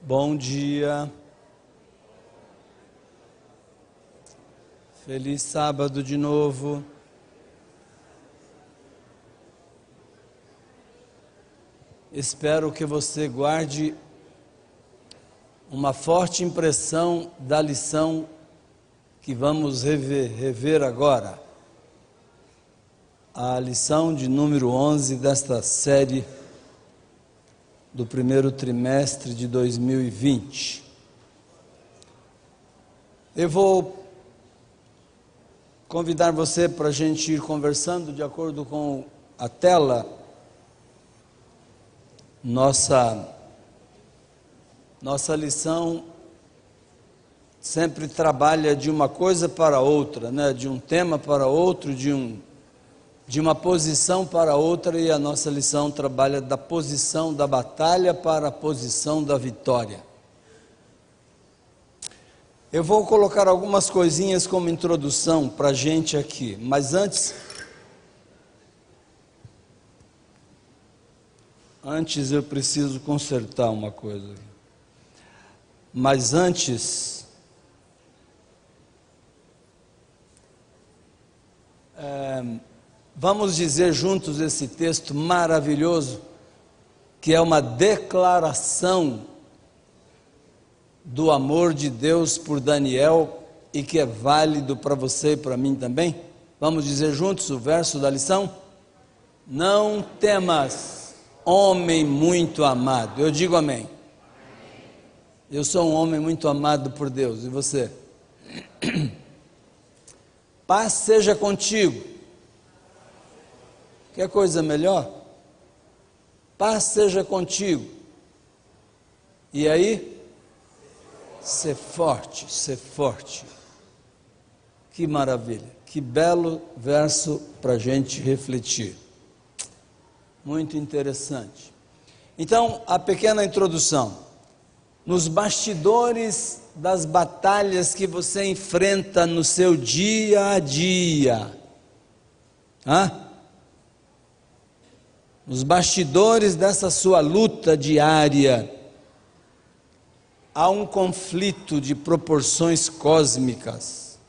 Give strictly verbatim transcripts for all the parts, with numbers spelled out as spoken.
Bom dia. Feliz sábado de novo. Espero que você guarde uma forte impressão da lição que vamos rever, rever agora. A lição de número onze desta série do primeiro trimestre de dois mil e vinte. Eu vou convidar você para a gente ir conversando de acordo com a tela. Nossa, nossa lição sempre trabalha de uma coisa para outra, né? De um tema para outro, de um de uma posição para outra, e a nossa lição trabalha da posição da batalha para a posição da vitória. Eu vou colocar algumas coisinhas como introdução para a gente aqui, mas antes, antes eu preciso consertar uma coisa. Mas antes, é, vamos dizer juntos esse texto maravilhoso, que é uma declaração do amor de Deus por Daniel e que é válido para você e para mim também. Vamos dizer juntos o verso da lição? Não temas, homem muito amado. Eu digo amém. Eu sou um homem muito amado por Deus, e você? Paz seja contigo. Quer coisa melhor? Paz seja contigo. E aí? Ser forte, ser forte. Que maravilha, que belo verso para a gente refletir. Muito interessante. Então, a pequena introdução. Nos bastidores das batalhas que você enfrenta no seu dia a dia. Hã? Nos bastidores dessa sua luta diária, há um conflito de proporções cósmicas.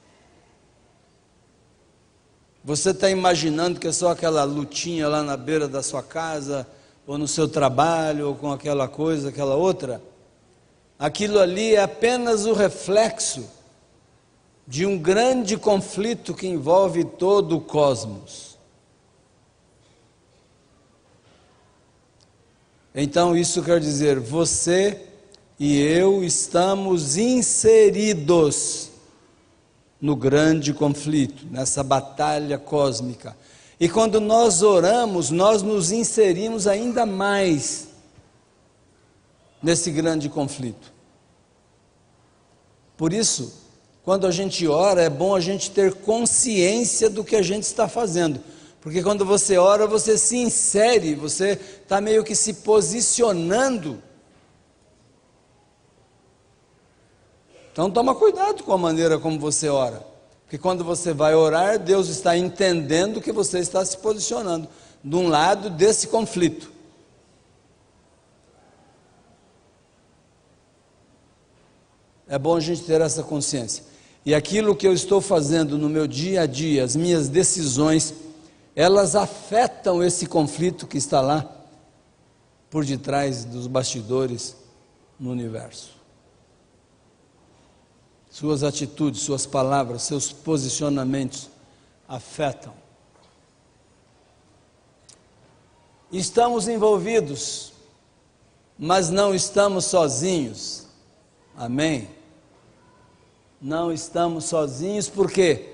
Você está imaginando que é só aquela lutinha lá na beira da sua casa, ou no seu trabalho, ou com aquela coisa, aquela outra? Aquilo ali é apenas o reflexo de um grande conflito que envolve todo o cosmos. Então isso quer dizer, você e eu estamos inseridos no grande conflito, nessa batalha cósmica. E quando nós oramos, nós nos inserimos ainda mais nesse grande conflito. Por isso, quando a gente ora, é bom a gente ter consciência do que a gente está fazendo. Porque quando você ora, você se insere, você está meio que se posicionando. Então toma cuidado com a maneira como você ora. Porque quando você vai orar, Deus está entendendo que você está se posicionando de um lado desse conflito. É bom a gente ter essa consciência. E aquilo que eu estou fazendo no meu dia a dia, as minhas decisões, elas afetam esse conflito que está lá por detrás dos bastidores no universo. Suas atitudes, suas palavras, seus posicionamentos afetam. Estamos envolvidos, mas não estamos sozinhos. Amém? Não estamos sozinhos, por quê?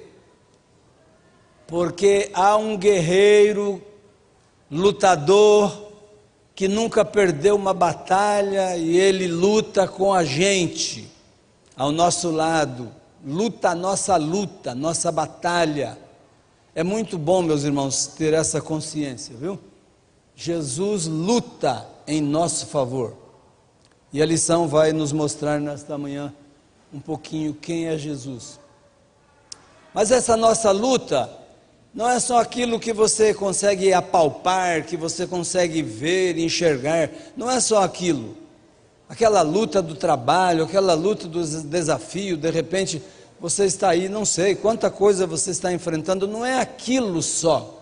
Porque há um guerreiro, lutador, que nunca perdeu uma batalha, e ele luta com a gente, ao nosso lado, luta a nossa luta, nossa batalha. É muito bom, meus irmãos, ter essa consciência, viu? Jesus luta em nosso favor. E a lição vai nos mostrar nesta manhã um pouquinho quem é Jesus. Mas essa nossa luta não é só aquilo que você consegue apalpar, que você consegue ver, enxergar. Não é só aquilo. aquela luta do trabalho, aquela luta do desafio, de repente você está aí, não sei quanta coisa você está enfrentando, não é aquilo só.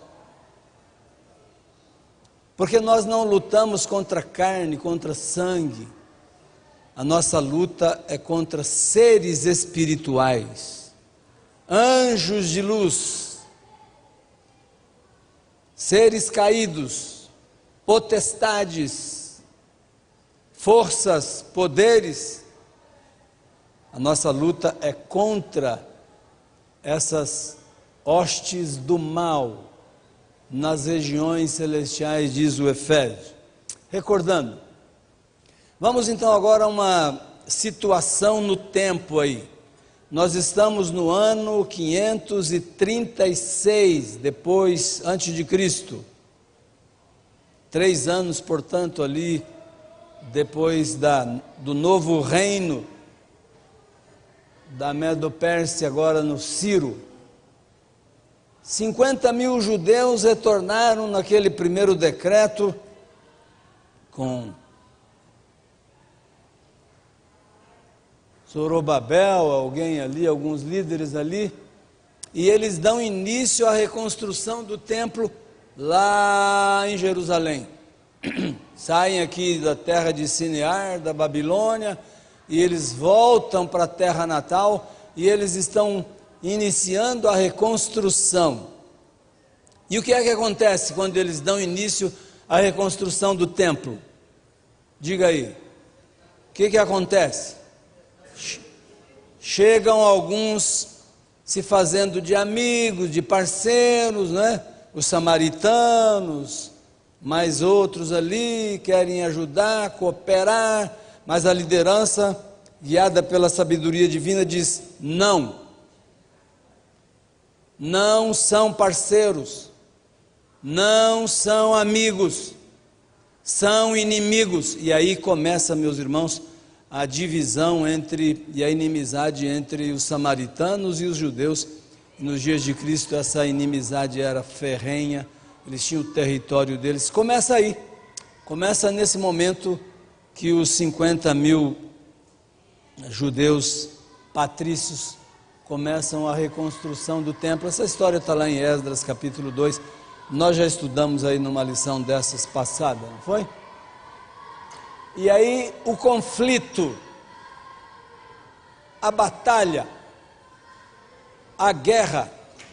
Porque nós não lutamos contra carne, contra sangue. A nossa luta é contra seres espirituais, anjos de luz, seres caídos, potestades, forças, poderes. A nossa luta é contra essas hostes do mal nas regiões celestiais, diz o Efésio. Recordando, vamos então agora a uma situação no tempo aí. Nós estamos no ano quinhentos e trinta e seis depois, antes de Cristo. Três anos, portanto, ali depois da, do novo reino da Medo-Pérsia, agora no Ciro. cinquenta mil judeus retornaram naquele primeiro decreto com Zorobabel, alguém ali, alguns líderes ali, e eles dão início à reconstrução do templo lá em Jerusalém. Saem aqui da terra de Sinear, da Babilônia, e eles voltam para a terra natal, e eles estão iniciando a reconstrução. E o que é que acontece quando eles dão início à reconstrução do templo? Diga aí, o que que acontece? Chegam alguns se fazendo de amigos, de parceiros, né? Os samaritanos, mais outros ali querem ajudar, cooperar, mas a liderança, guiada pela sabedoria divina, diz não. Não são parceiros, não são amigos, são inimigos. E aí começa, meus irmãos, a divisão entre e a inimizade entre os samaritanos e os judeus. Nos dias de Cristo essa inimizade era ferrenha, eles tinham o território deles. Começa aí, começa nesse momento que os cinquenta mil judeus patrícios começam a reconstrução do templo. Essa história está lá em Esdras capítulo dois, nós já estudamos aí numa lição dessas passada, não foi? E aí o conflito, a batalha, a guerra.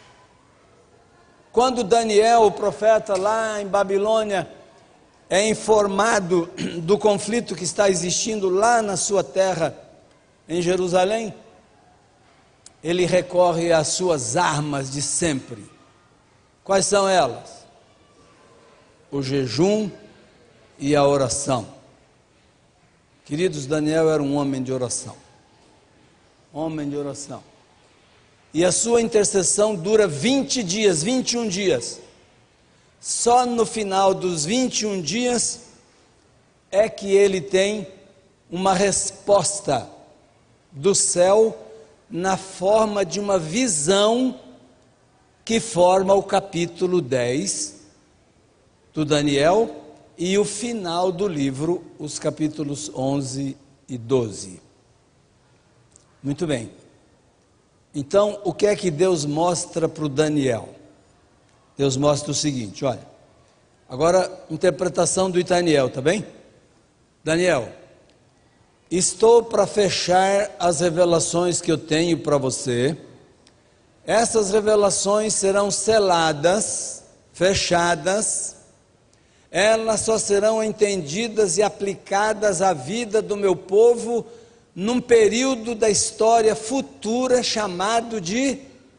Quando Daniel, o profeta lá em Babilônia, é informado do conflito que está existindo lá na sua terra, em Jerusalém, ele recorre às suas armas de sempre. Quais são elas? O jejum e a oração. Queridos, Daniel era um homem de oração, homem de oração, e a sua intercessão dura vinte dias, vinte e um dias, só no final dos vinte e um dias, é que ele tem uma resposta do céu, na forma de uma visão, que forma o capítulo dez, do Daniel, e o final do livro, os capítulos onze e doze. Muito bem. Então, o que é que Deus mostra para o Daniel? Deus mostra o seguinte, olha, agora, interpretação do Itaniel, tá bem? Daniel, estou para fechar as revelações que eu tenho para você. Essas revelações serão seladas, fechadas, elas só serão entendidas e aplicadas à vida do meu povo num período da história futura chamado de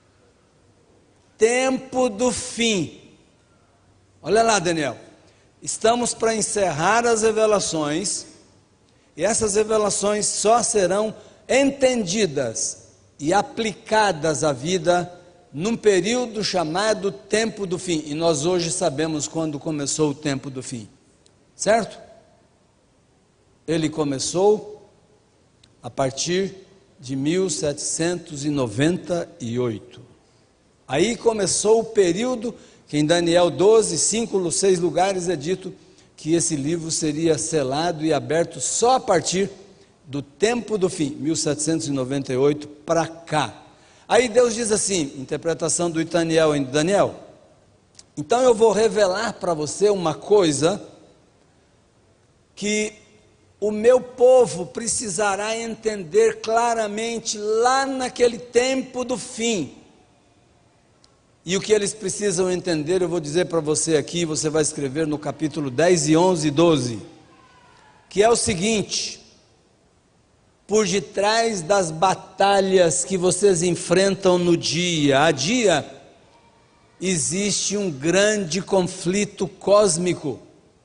tempo do fim. Olha lá, Daniel, estamos para encerrar as revelações, e essas revelações só serão entendidas e aplicadas à vida num período chamado tempo do fim, e nós hoje sabemos quando começou o tempo do fim, certo? Ele começou a partir de mil setecentos e noventa e oito, aí começou o período que em Daniel doze, cinco ou seis lugares é dito que esse livro seria selado e aberto só a partir do tempo do fim, mil setecentos e noventa e oito para cá. Aí Deus diz assim, interpretação do Itaniel em Daniel: então eu vou revelar para você uma coisa que o meu povo precisará entender claramente lá naquele tempo do fim. E o que eles precisam entender, eu vou dizer para você aqui, você vai escrever no capítulo dez e onze e doze, que é o seguinte: por detrás das batalhas que vocês enfrentam no dia a dia, existe um grande conflito cósmico,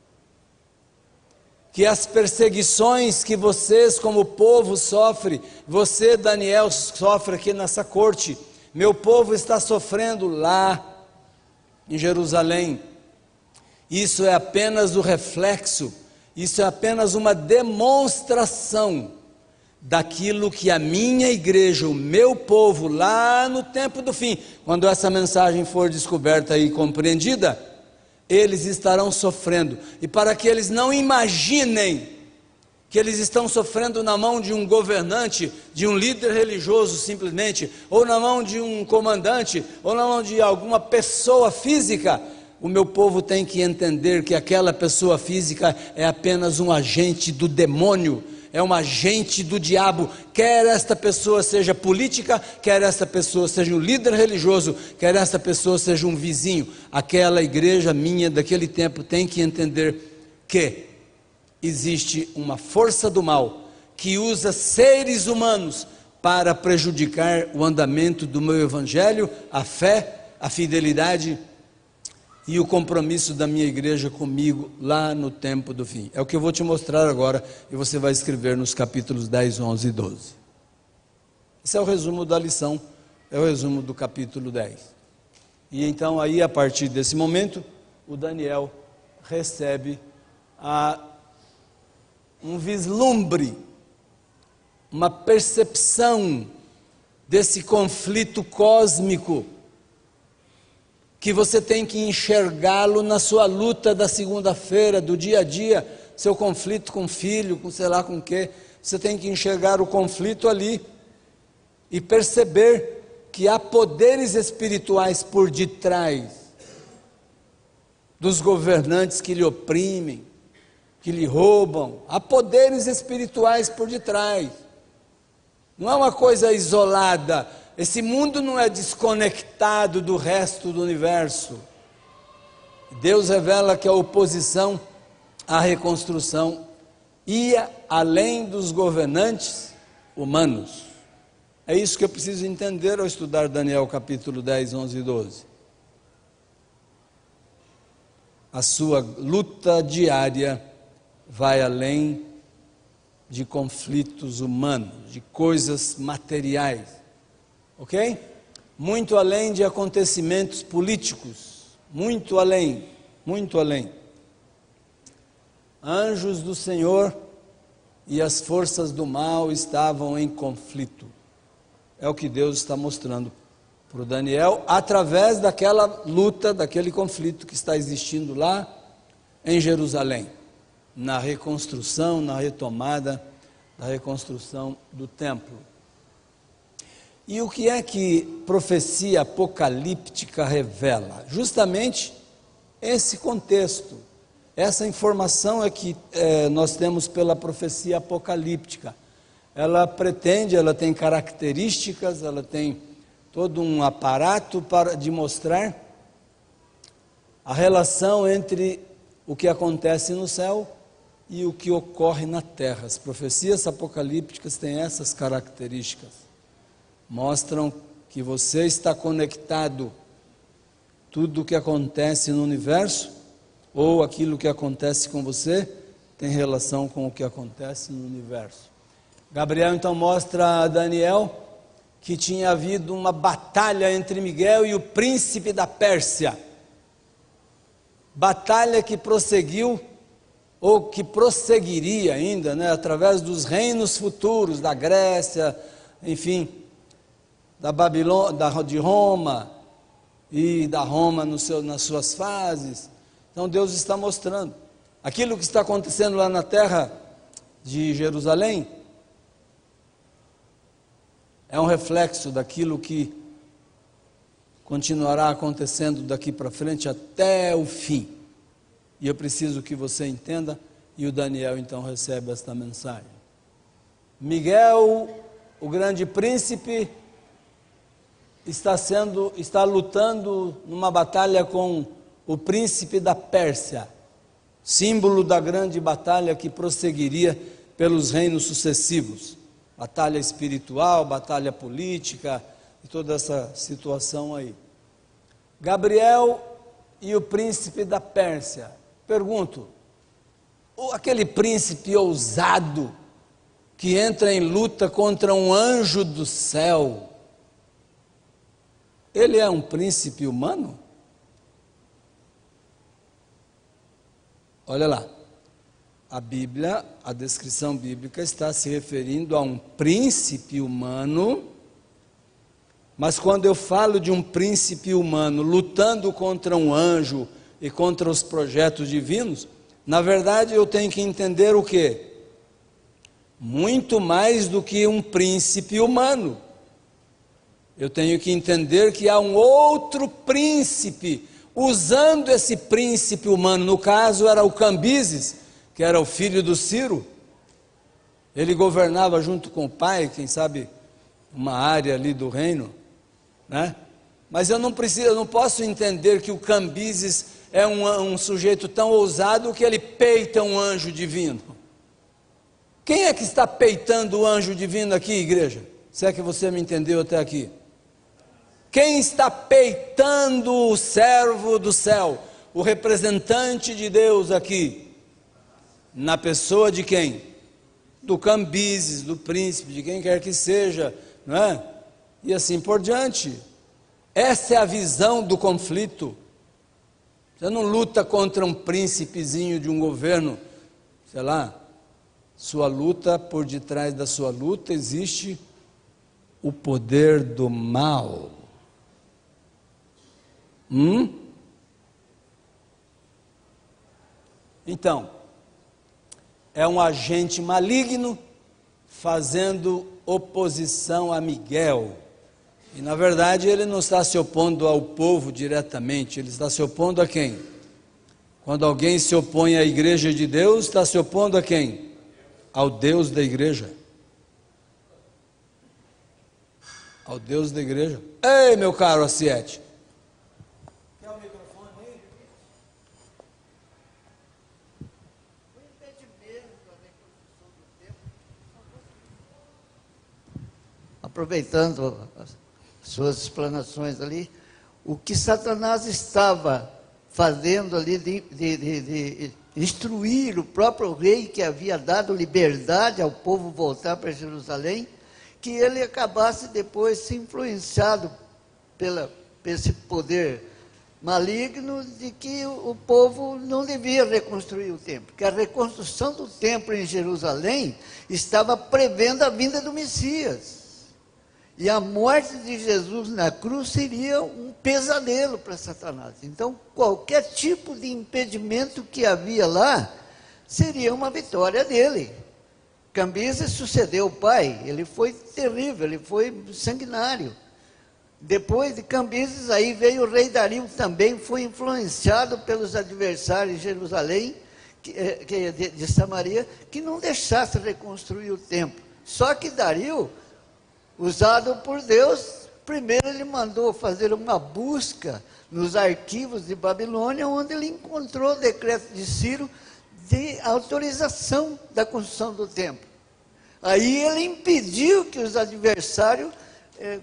que as perseguições que vocês como povo sofrem, você, Daniel, sofre aqui nessa corte, meu povo está sofrendo lá em Jerusalém. Isso é apenas o reflexo, isso é apenas uma demonstração daquilo que a minha igreja, o meu povo, lá no tempo do fim, quando essa mensagem for descoberta e compreendida, eles estarão sofrendo. E para que eles não imaginem que eles estão sofrendo na mão de um governante, de um líder religioso simplesmente, ou na mão de um comandante, ou na mão de alguma pessoa física, o meu povo tem que entender que aquela pessoa física é apenas um agente do demônio, é um agente do diabo, quer esta pessoa seja política, quer esta pessoa seja um líder religioso, quer esta pessoa seja um vizinho. Aquela igreja minha daquele tempo tem que entender que existe uma força do mal que usa seres humanos para prejudicar o andamento do meu evangelho, a fé, a fidelidade e o compromisso da minha igreja comigo lá no tempo do fim. É o que eu vou te mostrar agora e você vai escrever nos capítulos dez, onze e doze. Esse é o resumo da lição, é o resumo do capítulo dez. E então aí, a partir desse momento, o Daniel recebe a, um vislumbre, uma percepção desse conflito cósmico, que você tem que enxergá-lo na sua luta da segunda-feira, do dia a dia, seu conflito com o filho, com sei lá com o quê, você tem que enxergar o conflito ali, e perceber que há poderes espirituais por detrás dos governantes que lhe oprimem, que lhe roubam, há poderes espirituais por detrás, não é uma coisa isolada. Esse mundo não é desconectado do resto do universo. Deus revela que a oposição à reconstrução ia além dos governantes humanos. É isso que eu preciso entender ao estudar Daniel capítulo dez, onze e doze. A sua luta diária vai além de conflitos humanos, de coisas materiais. Ok? Muito além de acontecimentos políticos, muito além, muito além. Anjos do Senhor e as forças do mal estavam em conflito. É o que Deus está mostrando para o Daniel, através daquela luta, daquele conflito que está existindo lá em Jerusalém, na reconstrução, na retomada da reconstrução do templo. E o que é que profecia apocalíptica revela? Justamente esse contexto, essa informação é que é, nós temos pela profecia apocalíptica. Ela pretende, ela tem características, ela tem todo um aparato para de mostrar a relação entre o que acontece no céu e o que ocorre na terra. As profecias apocalípticas têm essas características. Mostram que você está conectado, tudo o que acontece no universo, ou aquilo que acontece com você, tem relação com o que acontece no universo. Gabriel então mostra a Daniel que tinha havido uma batalha entre Miguel e o príncipe da Pérsia. Batalha que prosseguiu, ou que prosseguiria ainda, né, através dos reinos futuros, da Grécia, enfim, da Babilônia, da, de Roma, e da Roma no seu, nas suas fases. Então Deus está mostrando aquilo que está acontecendo lá na terra de Jerusalém, é um reflexo daquilo que continuará acontecendo daqui para frente até o fim. E eu preciso que você entenda, e o Daniel então recebe esta mensagem. Miguel, o grande príncipe, está sendo, está lutando numa batalha com o príncipe da Pérsia, símbolo da grande batalha que prosseguiria pelos reinos sucessivos. Batalha espiritual, batalha política, e toda essa situação aí. Gabriel e o príncipe da Pérsia. Pergunto, aquele príncipe ousado que entra em luta contra um anjo do céu, ele é um príncipe humano? Olha lá, a Bíblia, a descrição bíblica está se referindo a um príncipe humano, mas quando eu falo de um príncipe humano lutando contra um anjo e contra os projetos divinos, na verdade eu tenho que entender o quê? Muito mais do que um príncipe humano. Eu tenho que entender que há um outro príncipe, usando esse príncipe humano, no caso era o Cambises, que era o filho do Ciro. Ele governava junto com o pai, quem sabe, uma área ali do reino, né? Mas eu não preciso, eu não posso entender que o Cambises é um, um sujeito tão ousado que ele peita um anjo divino. Quem é que está peitando o anjo divino aqui, igreja? Se é que você me entendeu até aqui. Quem está peitando o servo do céu, o representante de Deus aqui? Na pessoa de quem? Do Cambises, do príncipe, de quem quer que seja, não é? E assim por diante. Essa é a visão do conflito. Você não luta contra um príncipezinho de um governo, sei lá. Sua luta, por detrás da sua luta, existe o poder do mal. Hum? Então, é um agente maligno fazendo oposição a Miguel. E na verdade ele não está se opondo ao povo diretamente, ele está se opondo a quem? Quando alguém se opõe à igreja de Deus, está se opondo a quem? Ao Deus da igreja. Ao Deus da igreja. Ei, meu caro Assiete. Quer o microfone aí? Aproveitando as suas explanações ali, o que Satanás estava fazendo ali de, de, de, de instruir o próprio rei que havia dado liberdade ao povo voltar para Jerusalém, que ele acabasse depois se influenciado pela, por esse poder maligno de que o, o povo não devia reconstruir o templo, que a reconstrução do templo em Jerusalém estava prevendo a vinda do Messias. E a morte de Jesus na cruz seria um pesadelo para Satanás. Então, qualquer tipo de impedimento que havia lá, seria uma vitória dele. Cambises sucedeu o pai, ele foi terrível, ele foi sanguinário. Depois de Cambises, aí veio o rei Dario, também foi influenciado pelos adversários de Jerusalém, que, que, de, de Samaria, que não deixasse reconstruir o templo. Só que Dario, usado por Deus, primeiro ele mandou fazer uma busca nos arquivos de Babilônia, onde ele encontrou o decreto de Ciro de autorização da construção do templo. Aí ele impediu que os adversários é,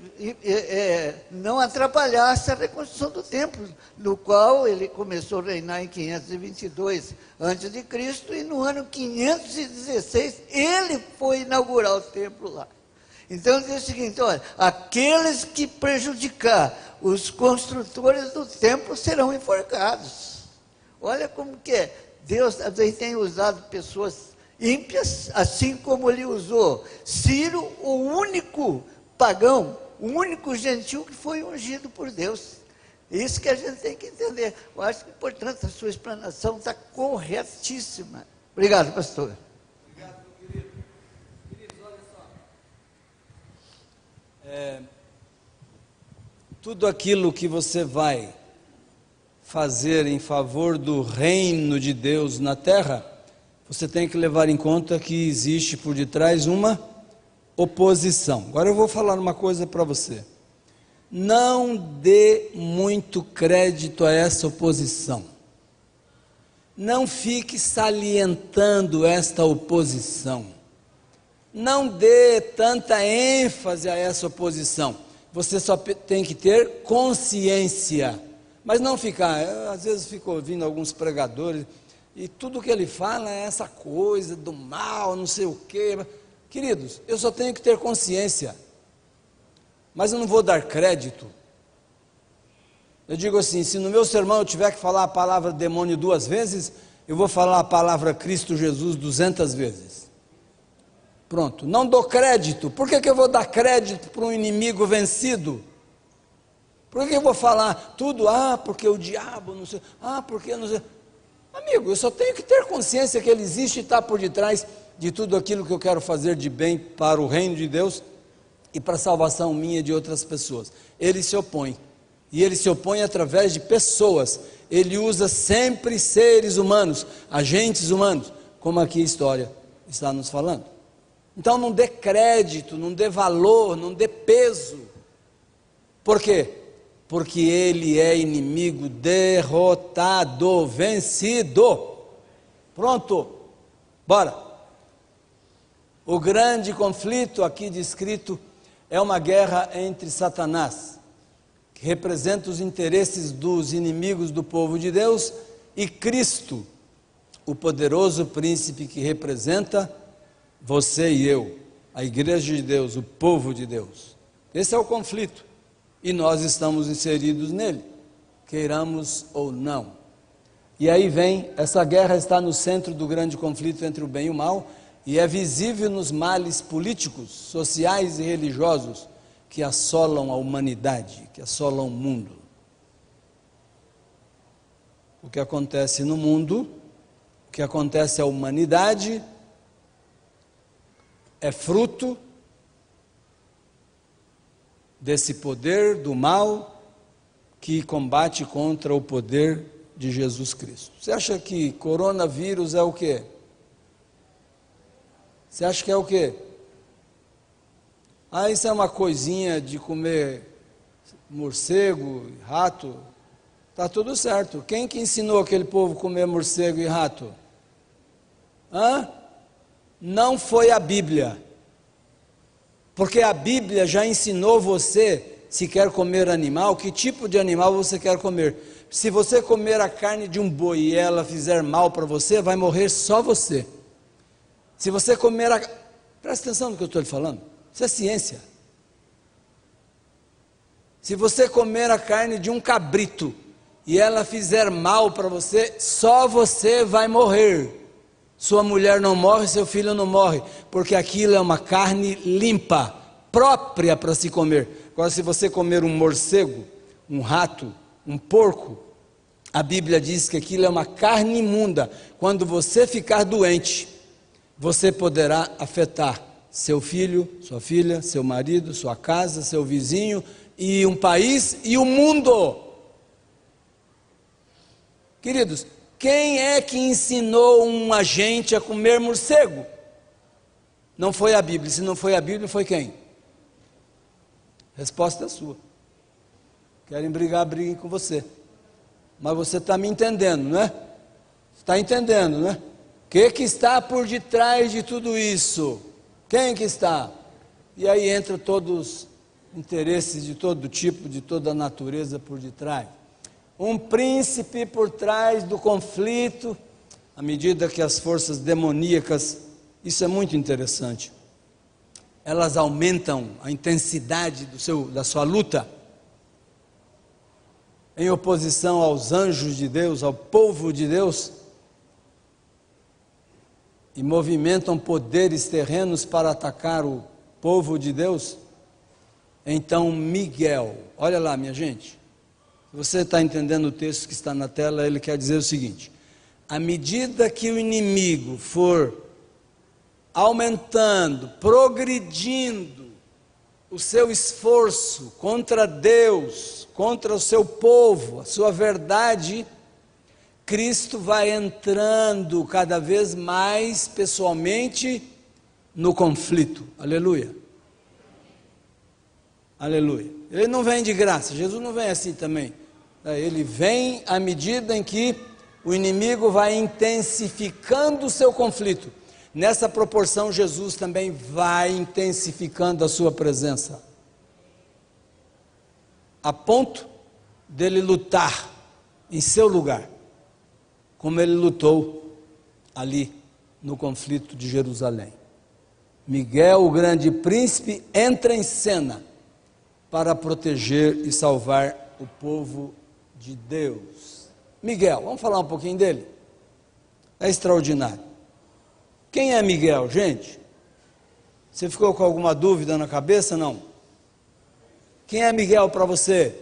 é, não atrapalhassem a reconstrução do templo, no qual ele começou a reinar em quinhentos e vinte e dois antes de Cristo, e no ano quinhentos e dezesseis ele foi inaugurar o templo lá. Então diz o seguinte, olha, aqueles que prejudicar os construtores do templo serão enforcados. Olha como que é. Deus às vezes tem usado pessoas ímpias, assim como ele usou Ciro, o único pagão, o único gentil que foi ungido por Deus. Isso que a gente tem que entender. Eu acho que, portanto, a sua explanação está corretíssima. Obrigado, pastor. é, tudo aquilo que você vai fazer em favor do reino de Deus na terra, você tem que levar em conta que existe por detrás uma oposição. Agora eu vou falar uma coisa para você. Não dê muito crédito a essa oposição. Não fique salientando esta oposição. Não dê tanta ênfase a essa oposição. Você só tem que ter consciência. Mas não ficar, eu, às vezes fico ouvindo alguns pregadores, e tudo que ele fala é essa coisa do mal, não sei o quê. Queridos, eu só tenho que ter consciência. Mas eu não vou dar crédito. Eu digo assim, se no meu sermão eu tiver que falar a palavra demônio duas vezes, eu vou falar a palavra Cristo Jesus duzentas vezes. Pronto, não dou crédito. Por que que eu vou dar crédito para um inimigo vencido? Por que eu vou falar tudo? Ah, porque o diabo, não sei. Ah, porque não sei. Amigo, eu só tenho que ter consciência que ele existe e está por detrás de tudo aquilo que eu quero fazer de bem para o reino de Deus e para a salvação minha e de outras pessoas. Ele se opõe. E ele se opõe através de pessoas. Ele usa sempre seres humanos, agentes humanos, como aqui a história está nos falando. Então não dê crédito, não dê valor, não dê peso. Por quê? Porque ele é inimigo derrotado, vencido. Pronto, bora. O grande conflito aqui descrito é uma guerra entre Satanás, que representa os interesses dos inimigos do povo de Deus, e Cristo, o poderoso príncipe que representa você e eu, a igreja de Deus, o povo de Deus. Esse é o conflito. E nós estamos inseridos nele, queiramos ou não. E aí vem, essa guerra está no centro do grande conflito entre o bem e o mal, e é visível nos males políticos, sociais e religiosos que assolam a humanidade, que assolam o mundo. O que acontece no mundo, o que acontece à humanidade, é fruto desse poder do mal que combate contra o poder de Jesus Cristo. Você acha que coronavírus é o quê? Você acha que é o quê? Ah, isso é uma coisinha de comer morcego, rato. Está tudo certo. Quem que ensinou aquele povo a comer morcego e rato? Hã? Não foi a Bíblia. Porque a Bíblia já ensinou você, se quer comer animal, que tipo de animal você quer comer. Se você comer a carne de um boi e ela fizer mal para você, vai morrer só você. Se você comer a... Presta atenção no que eu estou lhe falando. Isso é ciência. Se você comer a carne de um cabrito e ela fizer mal para você, só você vai morrer. Sua mulher não morre, seu filho não morre, porque aquilo é uma carne limpa, própria para se comer. Agora, se você comer um morcego, um rato, um porco, a Bíblia diz que aquilo é uma carne imunda. Quando você ficar doente, você poderá afetar seu filho, sua filha, seu marido, sua casa, seu vizinho, e um país e o mundo. Queridos, quem é que ensinou um agente a comer morcego? Não foi a Bíblia. Se não foi a Bíblia, foi quem? Resposta é sua. Querem brigar, briguem com você. Mas você está me entendendo, não é? Está entendendo, não é? O que que está por detrás de tudo isso? Quem que está? E aí entra todos os interesses de todo tipo, de toda a natureza por detrás. Um príncipe por trás do conflito, à medida que as forças demoníacas, isso é muito interessante, elas aumentam a intensidade do seu, da sua luta, em oposição aos anjos de Deus, ao povo de Deus, e movimentam poderes terrenos para atacar o povo de Deus. Então Miguel, olha lá minha gente, se você está entendendo o texto que está na tela, ele quer dizer o seguinte: à medida que o inimigo for aumentando, progredindo o seu esforço contra Deus, contra o seu povo, a sua verdade, Cristo vai entrando cada vez mais pessoalmente no conflito. Aleluia. Aleluia. Ele não vem de graça, Jesus não vem assim também. Ele vem à medida em que o inimigo vai intensificando o seu conflito. Nessa proporção, Jesus também vai intensificando a sua presença, a ponto dele lutar em seu lugar, como ele lutou ali no conflito de Jerusalém. Miguel, o grande príncipe, entra em cena para proteger e salvar o povo de Deus. Miguel, vamos falar um pouquinho dele? É extraordinário. Quem é Miguel, gente? Você ficou com alguma dúvida na cabeça? Não? Quem é Miguel para você?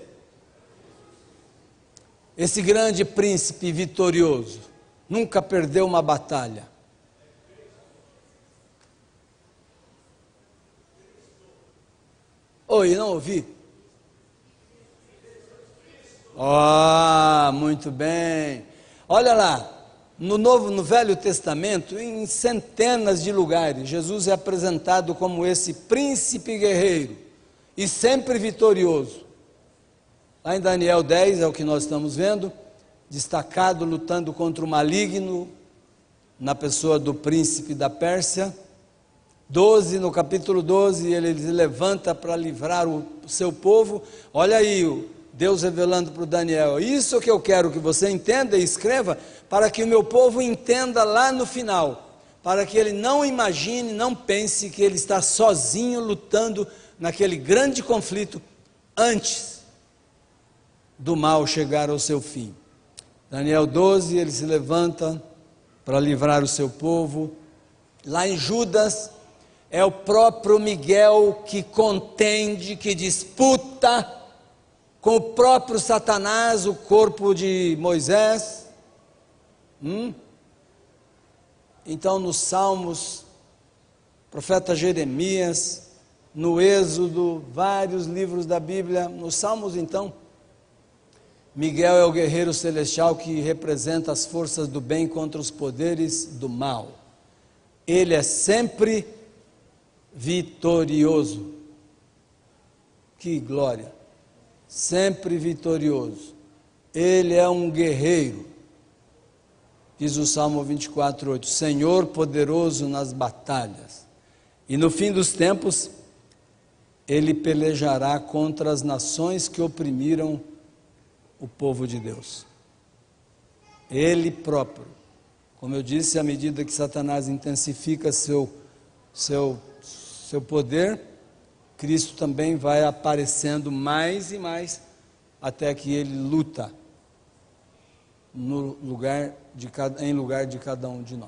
Esse grande príncipe vitorioso, nunca perdeu uma batalha. Oi, não ouvi? Ah, muito bem. Olha lá. No Novo, no Velho Testamento, em centenas de lugares, Jesus é apresentado como esse príncipe guerreiro e sempre vitorioso. Lá em Daniel dez, é o que nós estamos vendo, destacado lutando contra o maligno, na pessoa do príncipe da Pérsia. doze, no capítulo doze, ele se levanta para livrar o seu povo. Olha aí, o Deus revelando para o Daniel, isso que eu quero que você entenda e escreva, para que o meu povo entenda lá no final, para que ele não imagine, não pense que ele está sozinho lutando naquele grande conflito, antes do mal chegar ao seu fim. Daniel doze, ele se levanta para livrar o seu povo. Lá em Judas, é o próprio Miguel que contende, que disputa com o próprio Satanás, o corpo de Moisés. Hum? Então, nos Salmos, profeta Jeremias, no Êxodo, vários livros da Bíblia, nos Salmos, então, Miguel é o guerreiro celestial que representa as forças do bem contra os poderes do mal. Ele é sempre vitorioso. Que glória! Sempre vitorioso. Ele é um guerreiro. Diz o Salmo vinte e quatro, oito, Senhor poderoso nas batalhas. E no fim dos tempos, ele pelejará contra as nações que oprimiram o povo de Deus. Ele próprio. Como eu disse, à medida que Satanás intensifica seu, seu, seu poder, Cristo também vai aparecendo mais e mais, até que ele luta no lugar de cada, em lugar de cada um de nós.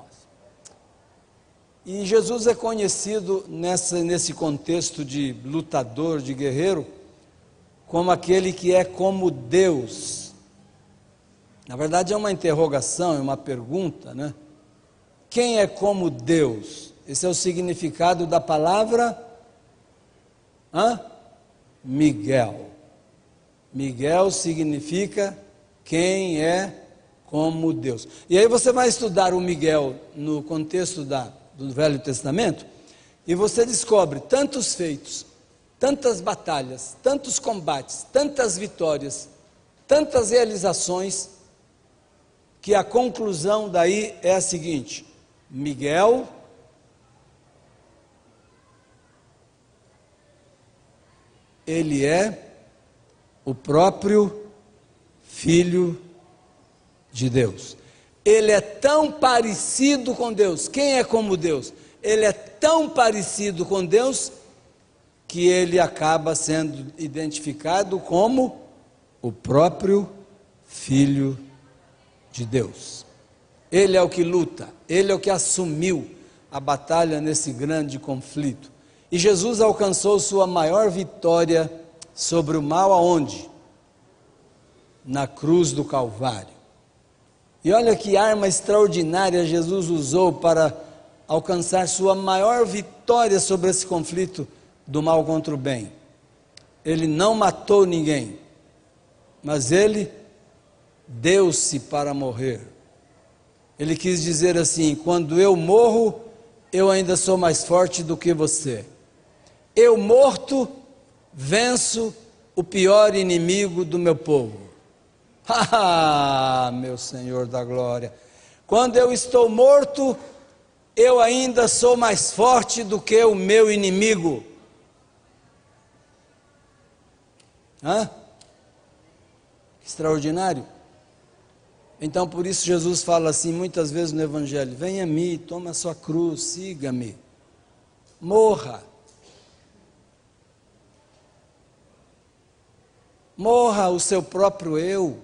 E Jesus é conhecido nessa, nesse contexto de lutador, de guerreiro, como aquele que é como Deus. Na verdade é uma interrogação, é uma pergunta, né? Quem é como Deus? Esse é o significado da palavra Hã? Miguel. Miguel significa quem é como Deus. E aí você vai estudar o Miguel no contexto da, do Velho Testamento, e você descobre tantos feitos, tantas batalhas, tantos combates, tantas vitórias, tantas realizações, que a conclusão daí é a seguinte: Miguel ele é o próprio Filho de Deus. Ele é tão parecido com Deus. Quem é como Deus? Ele é tão parecido com Deus que ele acaba sendo identificado como o próprio Filho de Deus. Ele é o que luta, ele é o que assumiu a batalha nesse grande conflito. E Jesus alcançou sua maior vitória sobre o mal aonde? Na cruz do Calvário. E olha que arma extraordinária Jesus usou para alcançar sua maior vitória sobre esse conflito do mal contra o bem. Ele não matou ninguém, mas ele deu-se para morrer. Ele quis dizer assim: quando eu morro, eu ainda sou mais forte do que você. Eu morto, venço o pior inimigo do meu povo. Ah, meu Senhor da glória, quando eu estou morto, eu ainda sou mais forte do que o meu inimigo. Hã? Extraordinário. Então por isso Jesus fala assim muitas vezes no Evangelho: venha a mim, toma a sua cruz, siga-me, morra. Morra o seu próprio eu.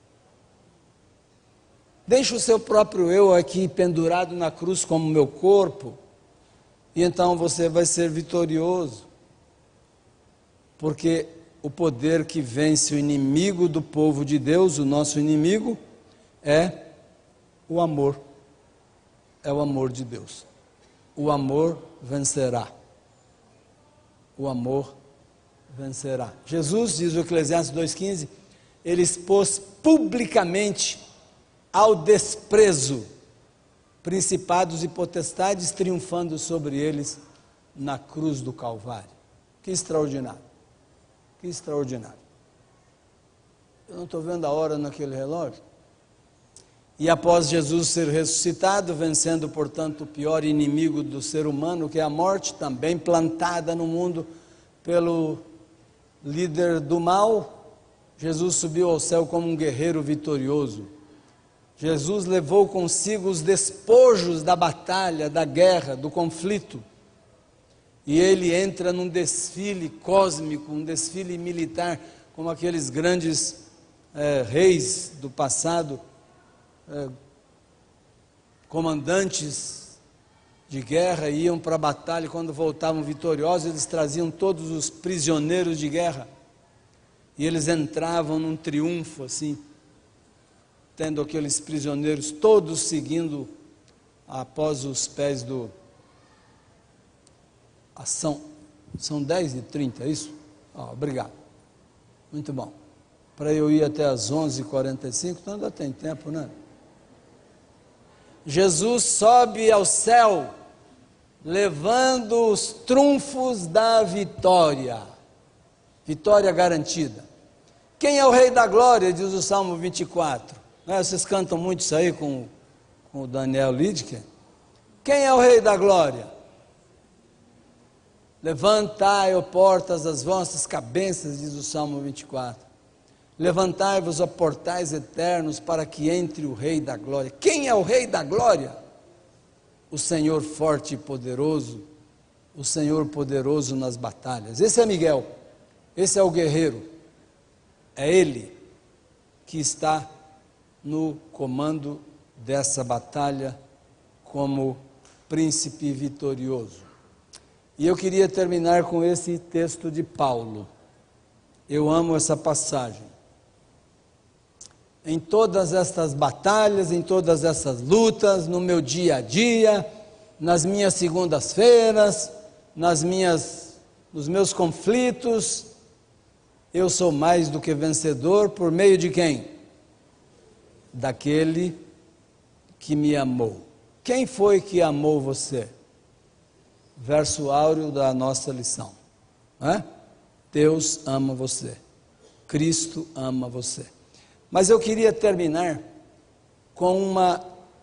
Deixe o seu próprio eu aqui pendurado na cruz como meu corpo, e então você vai ser vitorioso, porque o poder que vence o inimigo do povo de Deus, o nosso inimigo, é o amor. É o amor de Deus. O amor vencerá. O amor vencerá. Jesus, diz o Eclesiastes dois quinze, ele expôs publicamente ao desprezo principados e potestades, triunfando sobre eles na cruz do Calvário. Que extraordinário, que extraordinário. Eu não estou vendo a hora naquele relógio. E após Jesus ser ressuscitado, vencendo, portanto, o pior inimigo do ser humano, que é a morte, também plantada no mundo pelo líder do mal, Jesus subiu ao céu como um guerreiro vitorioso. Jesus levou consigo os despojos da batalha, da guerra, do conflito. E ele entra num desfile cósmico, um desfile militar, como aqueles grandes é, reis do passado, é, comandantes de guerra, iam para a batalha, e quando voltavam vitoriosos, eles traziam todos os prisioneiros de guerra. E eles entravam num triunfo assim, tendo aqueles prisioneiros todos seguindo após os pés do... São, são dez e trinta, é isso? Oh, obrigado, muito bom. Para eu ir até as onze e quarenta e cinco, então ainda tem tempo, né? Jesus sobe ao céu, levando os trunfos da vitória, vitória garantida. Quem é o Rei da Glória, diz o Salmo vinte e quatro. É, vocês cantam muito isso aí com, com o Daniel Lidker. Quem é o Rei da Glória? Levantai, ó portas, as vossas cabeças, diz o Salmo vinte e quatro. Levantai-vos, ó portais eternos, para que entre o Rei da Glória. Quem é o Rei da Glória? O Senhor forte e poderoso, o Senhor poderoso nas batalhas. Esse é Miguel, esse é o guerreiro. É ele que está no comando dessa batalha como príncipe vitorioso. E eu queria terminar com esse texto de Paulo. Eu amo essa passagem. Em todas estas batalhas, em todas essas lutas, no meu dia a dia, nas minhas segundas-feiras, nas minhas, nos meus conflitos, eu sou mais do que vencedor por meio de quem? Daquele que me amou. Quem foi que amou você? Verso áureo da nossa lição, não é? Deus ama você, Cristo ama você. Mas eu queria terminar com uma,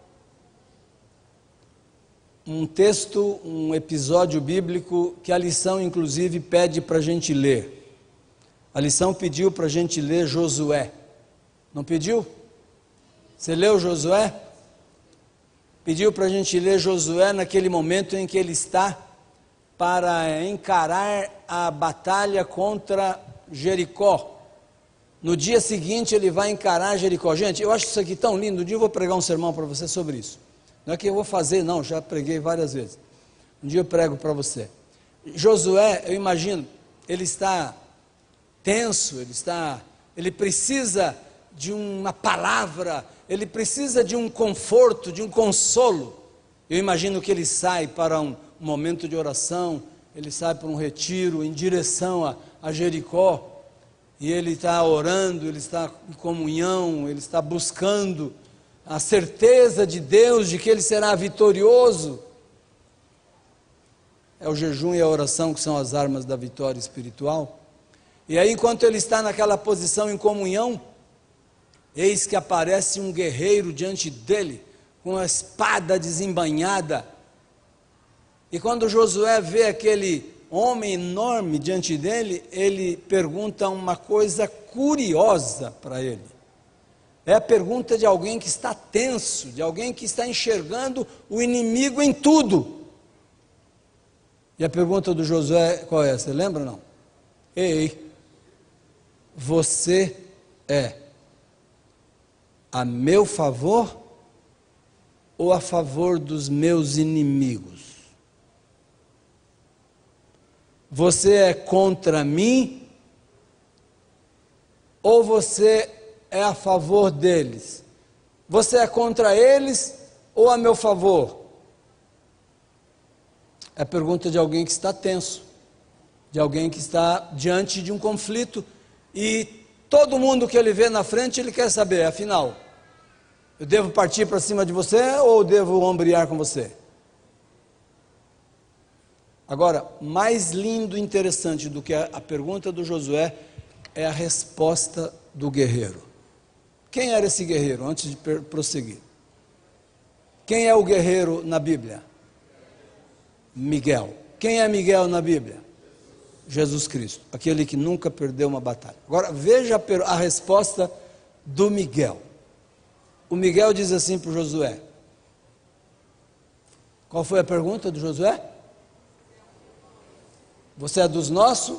um texto, um episódio bíblico que a lição inclusive pede para a gente ler. A lição pediu para a gente ler Josué, não pediu? Você leu Josué? Pediu para a gente ler Josué naquele momento em que ele está para encarar a batalha contra Jericó. No dia seguinte ele vai encarar Jericó. Gente, eu acho isso aqui tão lindo. Um dia eu vou pregar um sermão para você sobre isso. Não é que eu vou fazer, não, já preguei várias vezes. Um dia eu prego para você. Josué, eu imagino, ele está tenso, ele está, ele precisa de uma palavra, ele precisa de um conforto, de um consolo. Eu imagino que ele sai para um momento de oração, ele sai para um retiro em direção a, a Jericó, e ele está orando, ele está em comunhão, ele está buscando a certeza de Deus de que ele será vitorioso. É o jejum e a oração que são as armas da vitória espiritual. E aí, enquanto ele está naquela posição em comunhão, eis que aparece um guerreiro diante dele, com a espada desembainhada. E quando Josué vê aquele homem enorme diante dele, ele pergunta uma coisa curiosa para ele. É a pergunta de alguém que está tenso, de alguém que está enxergando o inimigo em tudo. E a pergunta do Josué, qual é? Você lembra ou não? Ei, você é a meu favor ou a favor dos meus inimigos? Você é contra mim ou você é a favor deles? Você é contra eles ou a meu favor? É a pergunta de alguém que está tenso, de alguém que está diante de um conflito, e todo mundo que ele vê na frente, ele quer saber, afinal, eu devo partir para cima de você ou devo ombrear com você? Agora, mais lindo e interessante do que a, a pergunta do Josué é a resposta do guerreiro. Quem era esse guerreiro, antes de prosseguir? Quem é o guerreiro na Bíblia? Miguel. Quem é Miguel na Bíblia? Jesus Cristo, aquele que nunca perdeu uma batalha. Agora, veja a, a resposta do Miguel. O Miguel diz assim para o Josué. Qual foi a pergunta do Josué? Você é dos nossos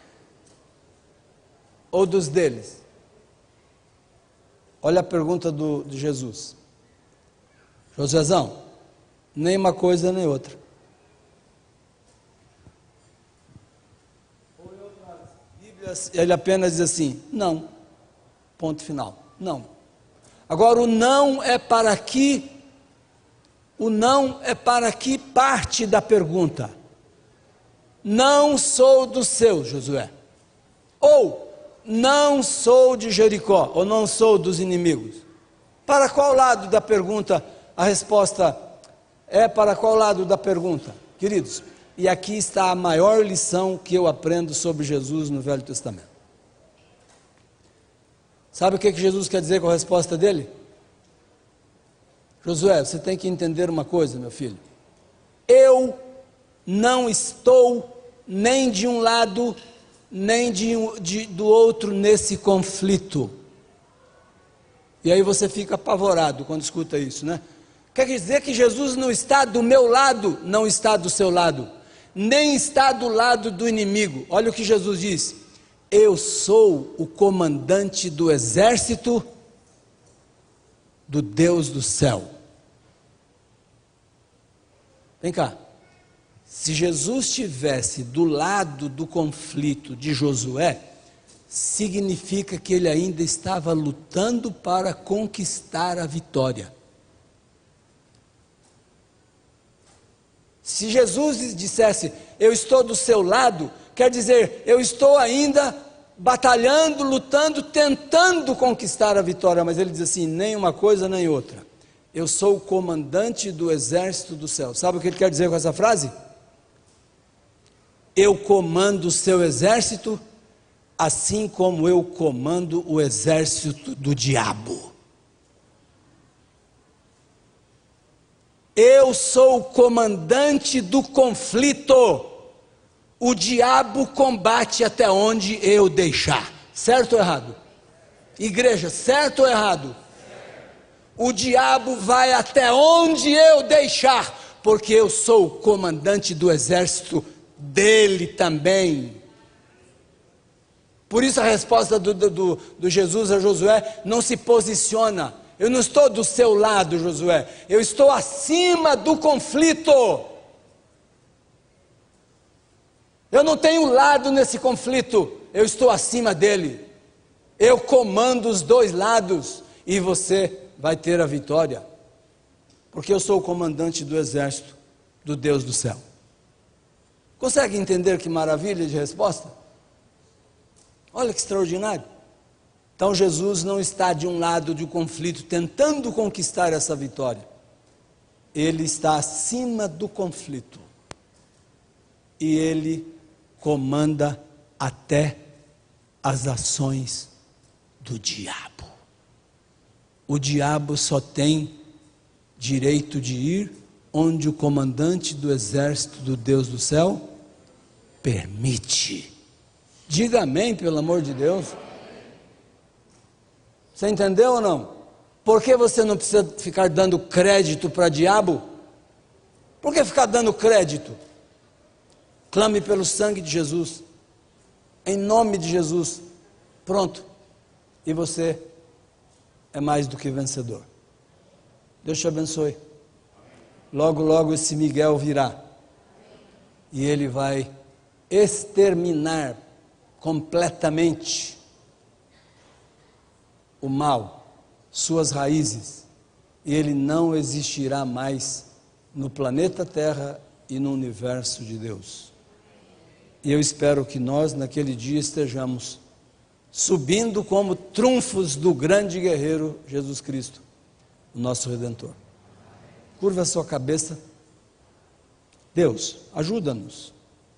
ou dos deles? Olha a pergunta do, de Jesus. Josuézão, nem uma coisa nem outra. Ou em outras Bíblias, ele apenas diz assim, não, ponto final, não. Agora o não é para que, o não é para que parte da pergunta. Não sou dos seus, Josué. Ou, não sou de Jericó, ou não sou dos inimigos. Para qual lado da pergunta a resposta é? Para qual lado da pergunta? Queridos, e aqui está a maior lição que eu aprendo sobre Jesus no Velho Testamento. Sabe o que, que Jesus quer dizer com a resposta dele? Josué, você tem que entender uma coisa, meu filho. Eu não estou nem de um lado, nem de, de, do outro nesse conflito. E aí você fica apavorado quando escuta isso, né? Quer dizer que Jesus não está do meu lado, não está do seu lado, nem está do lado do inimigo. Olha o que Jesus diz: eu sou o comandante do exército do Deus do céu. Vem cá. Se Jesus estivesse do lado do conflito de Josué, significa que ele ainda estava lutando para conquistar a vitória. Se Jesus dissesse, eu estou do seu lado, quer dizer, eu estou ainda batalhando, lutando, tentando conquistar a vitória, mas ele diz assim, nem uma coisa nem outra. Eu sou o comandante do exército do céu. Sabe o que ele quer dizer com essa frase? Eu comando o seu exército, assim como eu comando o exército do diabo. Eu sou o comandante do conflito. O diabo combate até onde eu deixar. Certo ou errado? Igreja, certo ou errado? O diabo vai até onde eu deixar, porque eu sou o comandante do exército dele também. Por isso a resposta do, do, do Jesus a Josué não se posiciona. Eu não estou do seu lado, Josué, eu estou acima do conflito. Eu não tenho lado nesse conflito, eu estou acima dele. Eu comando os dois lados e você vai ter a vitória, porque eu sou o comandante do exército do Deus do céu. Consegue entender que maravilha de resposta? Olha que extraordinário. Então Jesus não está de um lado de um conflito tentando conquistar essa vitória. Ele está acima do conflito. E ele comanda até as ações do diabo. O diabo só tem direito de ir onde o comandante do exército do Deus do céu permite. Diga amém, pelo amor de Deus. Você entendeu ou não? Por que você não precisa ficar dando crédito para diabo? Por que ficar dando crédito? Clame pelo sangue de Jesus, em nome de Jesus. Pronto. E você é mais do que vencedor. Deus te abençoe. Logo, logo esse Miguel virá. E ele vai exterminar completamente o mal, suas raízes. E ele não existirá mais no planeta Terra e no universo de Deus. E eu espero que nós naquele dia estejamos subindo como trunfos do grande guerreiro Jesus Cristo, o nosso Redentor. Curva a sua cabeça. Deus, ajuda-nos.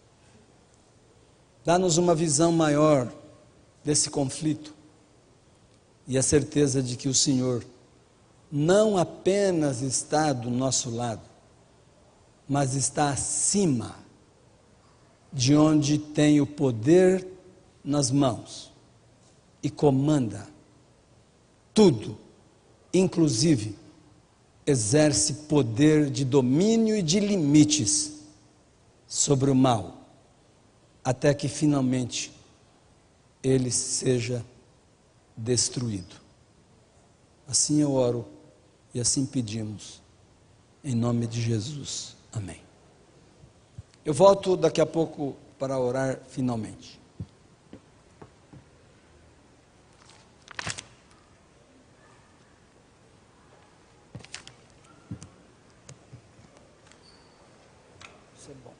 Dá-nos uma visão maior desse conflito e a certeza de que o Senhor não apenas está do nosso lado, mas está acima de onde tem o poder nas mãos e comanda tudo, inclusive exerce poder de domínio e de limites sobre o mal, até que finalmente ele seja destruído. Assim eu oro e assim pedimos, em nome de Jesus. Amém. Eu volto daqui a pouco para orar finalmente. Isso é bom.